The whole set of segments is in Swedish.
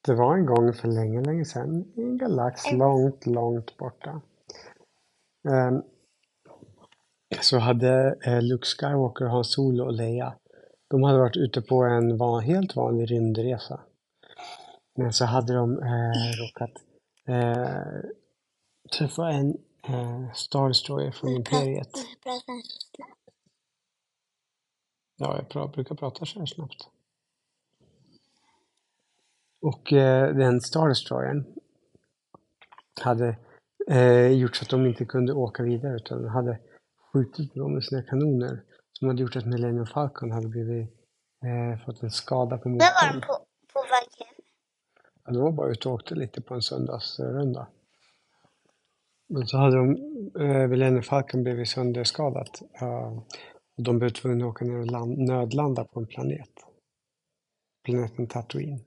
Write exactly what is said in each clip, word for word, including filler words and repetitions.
Det var en gång för länge, länge sedan i en galax långt, långt borta. Um, så hade eh, Luke Skywalker, Han Solo och Leia, de hade varit ute på en van, helt vanlig rymdresa. Men så hade de eh, råkat eh, träffa en eh, Star Destroyer från Imperiet. Ja, jag pra- brukar prata så här snabbt. Och eh, den Star Destroyern hade eh, gjort så att de inte kunde åka vidare, utan de hade skjutit på dem med sina kanoner, som hade gjort att Millennium Falcon hade blivit, eh, fått en skada på motorn. När var de på, på väg hem? Ja, de var bara ute och åkte lite på en söndagsrunda. Men så hade de, eh, Millennium Falcon blivit sönderskadat. Uh, och de blev tvungna att åka ner och land, nödlanda på en planet. Planeten Tatooine.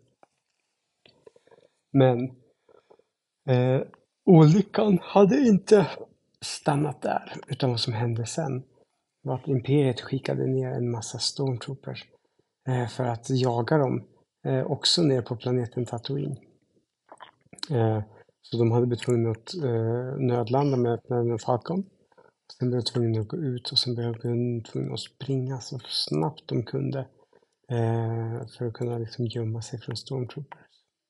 Men eh, olyckan hade inte stannat där, utan vad som hände sen var att Imperiet skickade ner en massa stormtroopers eh, för att jaga dem eh, också ner på planeten Tatooine. Eh, så de hade blivit tvungna att eh, nödlanda med en Falcon. Sen blev de tvungna att gå ut och sen blev de tvungna att springa så snabbt de kunde eh, för att kunna liksom gömma sig från stormtroopers.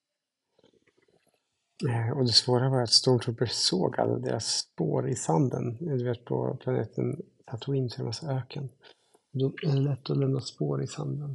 Eh, och det svåra var att stormtroopers såg alla deras spår i sanden. Du vet, på planeten Tatooine så är det en massa öken. Då är det lätt att lämna spår i sanden.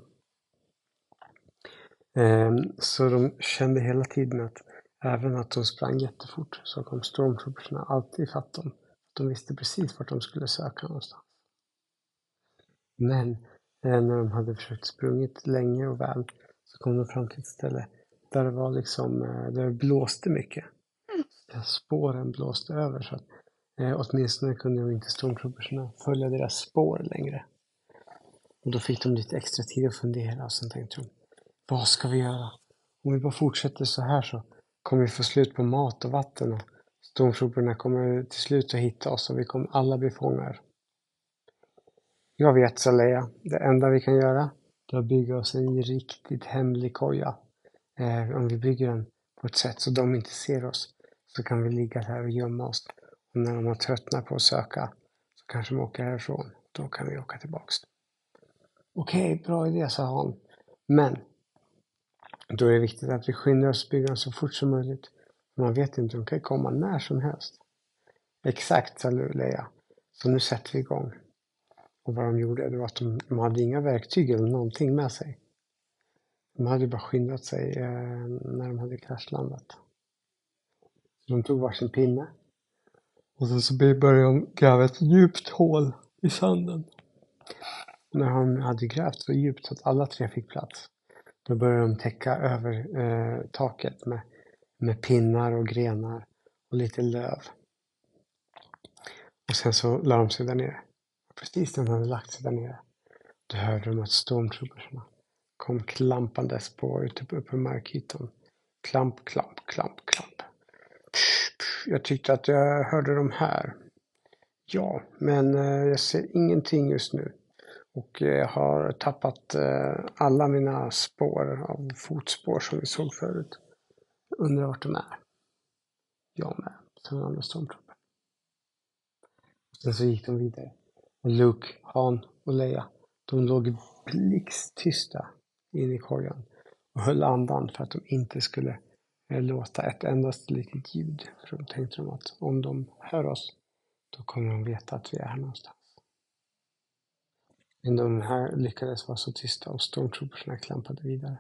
Eh, så de kände hela tiden att även att de sprang jättefort så kom stormtroopersna alltid fatt dem. De visste precis vart de skulle söka någonstans. Men eh, när de hade försökt sprungit länge och väl så kom de fram till ett ställe där det var liksom, eh, där det blåste mycket. Där spåren blåste över så att eh, åtminstone kunde de inte stormtroopersna följa deras spår längre. Och då fick de lite extra tid att fundera och sen tänkte de, vad ska vi göra? Om vi bara fortsätter så här så kommer vi få slut på mat och vatten och stormtrooperna kommer till slut att hitta oss och vi kommer alla bli fångar. Jag vet, sa Leia, det enda vi kan göra är att bygga oss en riktigt hemlig koja. Eh, om vi bygger den på ett sätt så de inte ser oss så kan vi ligga här och gömma oss. Och när de har tröttnat på att söka så kanske de åker härifrån. Då kan vi åka tillbaks. Okej, okay, bra idé, sa han. Men då är det viktigt att vi skyndar oss bygga den så fort som möjligt. Man vet inte, de kan komma när som helst. Exakt, sa Leia. Så nu sätter vi igång. Och vad de gjorde det var att de, de hade inga verktyg eller någonting med sig. De hade bara skyndat sig eh, när de hade kraschlandat. Så de tog varsin pinne. Och sen så började de gräva ett djupt hål i sanden. Och när de hade grävt så djupt så att alla tre fick plats. Då började de täcka över eh, taket med, med pinnar och grenar och lite löv. Och sen så la de sig där nere. Och precis när de hade lagt sig där nere, då hörde de att stormtroopersna kom klampandes på ute på, på markytan. Klamp, klamp, klamp, klamp. Psh, psh, jag tyckte att jag hörde dem här. Ja, men eh, jag ser ingenting just nu. Och jag har tappat eh, alla mina spår av fotspår som vi såg förut. Undrar vart de är. Jag med, som andra stormtrooper. Sen så gick de vidare. Och Luke, Han och Leia, de låg blixttysta in i kojan. Och höll andan för att de inte skulle eh, låta ett endast litet ljud. För de tänkte de att om de hör oss, då kommer de veta att vi är här någonstans. Men de här lyckades vara så tysta och stormtroopersna klampade vidare.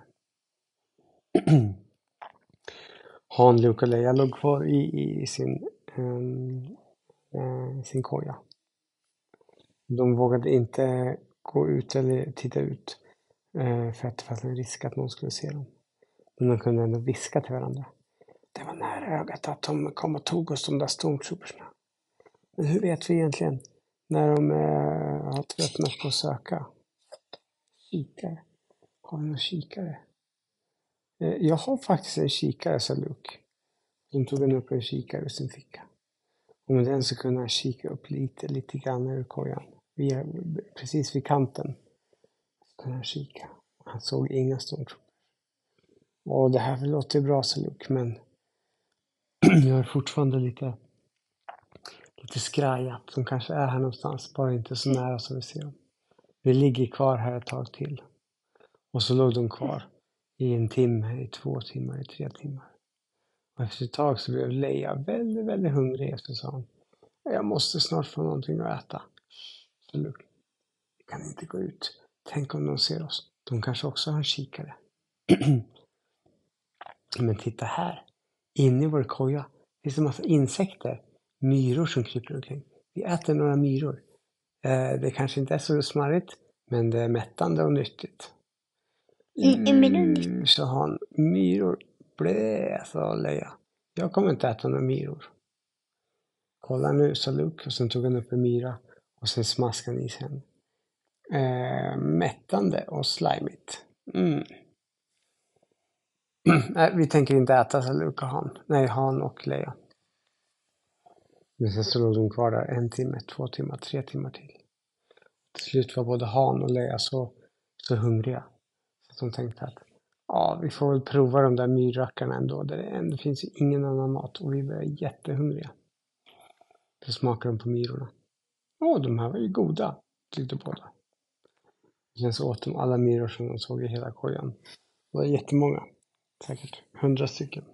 Han, Luke och Leia låg kvar i, i, i sin, um, uh, sin koja. De vågade inte gå ut eller titta ut uh, för att det fanns en risk att någon skulle se dem. Men de kunde ändå viska till varandra. Det var nära ögat att de kom och tog oss, de där stormtroopersna. Men hur vet vi egentligen när de uh, har tröttnat på att söka? Kikare. Har vi någon kikare? Uh, jag har faktiskt en kikare, sa Luke. De tog en upp en kikare ur sin ficka. Och med den så kunde han kika upp lite, lite grann ur kojan. Via, precis vid kanten. Så kunde han kika. Han såg inga stormtroopers. Och det här låter bra, så Luke, men jag är fortfarande lite, lite skrajat. De kanske är här någonstans, bara inte så nära som vi ser dem. Vi ligger kvar här ett tag till. Och så låg de kvar i en timme, i två timmar, i tre timmar. Och efter ett tag så blev Leia väldigt, väldigt hungrig. Så sa hon, jag måste snart få någonting att äta. Så Luke, vi kan inte gå ut. Tänk om de ser oss. De kanske också har en kikare. Men titta här. Inne i vår koja finns det en massa insekter. Myror som kryper omkring. Vi äter några myror. Eh, det kanske inte är så smarrigt. Men det är mättande och nyttigt. Mm, sa han. Myror. Blä, sa Leia. Jag kommer inte äta några myror. Kolla nu, sa Luke. Och sen tog han upp en myra. Och sen smaskade han i sig. Eh, mättande och slimigt. Mm. Nej, vi tänker inte äta, sa Luke och Han. Nej, Han och Leia. Men sen så låg de kvar där en timme, två timmar, tre timmar till. Till slut var både Han och Leia så, så hungriga. Så att de tänkte att ja, vi får väl prova de där myrrackarna ändå. Där det ändå finns ju ingen annan mat och vi börjar jättehungriga. Så smakade de på myrorna. Åh, de här var ju goda, tyckte båda. Sen så åt de alla myror som de såg i hela kojan. Det var jättemånga. Säkert hundra stycken.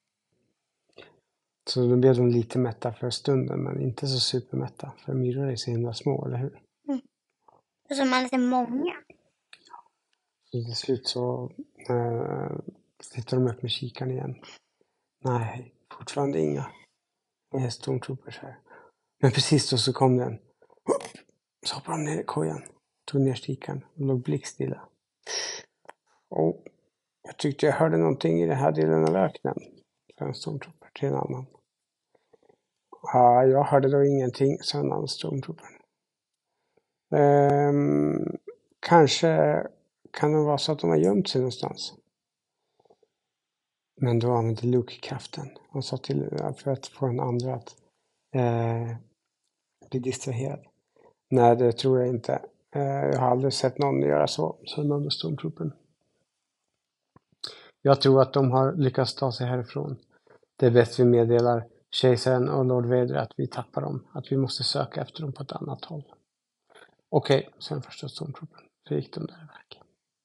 Så då blev de lite mätta för stunden, men inte så supermätta. För myror är så himla små, eller hur? Mm. Och så man lite många. Så till slut så äh, tittar de upp med kikaren igen. Nej, fortfarande inga. Det är stormtroopers här. Men precis då så kom den. Så hoppade de ner i kojan. Tog ner kikaren och låg blickstilla. Och jag tyckte jag hörde någonting i den här delen av öknen. Sa en stormtrooper till en annan. Ja, jag hörde då ingenting, sa en annan stormtrooper. Ehm, kanske kan det vara så att de har gömt sig någonstans. Men då använde Luke kraften och sa till för att få en andra att eh, bli distraherad. Nej, det tror jag inte. Eh, jag har aldrig sett någon göra så, sa den andra stormtroopern. Jag tror att de har lyckats ta sig härifrån. Det är bäst vi meddelar kejsaren och Lord Vader att vi tappar dem. Att vi måste söka efter dem på ett annat håll. Okej, okay, sen första stormtroopern. Så gick de där iväg.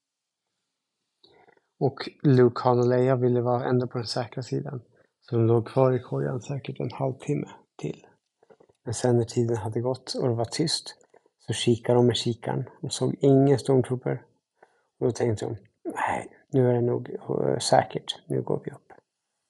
Och Luke, Han och Leia ville vara ändå på den säkra sidan. Så de låg kvar i kojan säkert en halvtimme till. Men sen när tiden hade gått och det var tyst så kikade de med kikaren och såg ingen stormtrooper. Och då tänkte de, nej, nu är det nog säkert, nu går vi upp.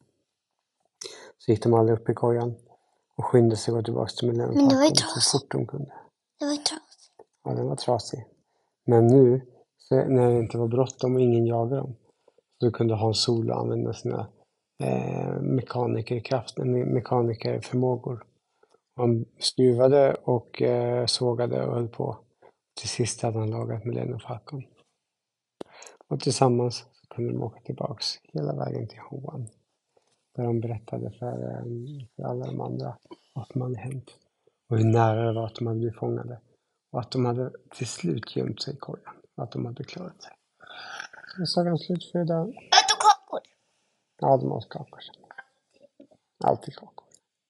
Så gick de aldrig upp i kojan och skyndade sig gå tillbaka till Millennium Men det var ju Falcon trasigt. så fort de kunde. Det var ju trasigt. Ja, den var trasig. Men nu, så när det inte var bråttom och ingen jagade dem, så kunde Han Solo använda sina eh, mekanikerkraft, me mekanikerförmågor. Han skruvade och eh, sågade och höll på. Till sist hade han lagat Millennium Falcon. Och tillsammans så kunde de åka tillbaks hela vägen till Hoan. Där de berättade för, eh, för alla de andra vad som hade hänt. Och hur nära det var att de hade blivit fångade. Och att de hade till slut gömt sig i kojan. Och att de hade klarat sig. Så sagan slut för idag. Ät och kakor. Ja, de åt kakor. Alltid kakor.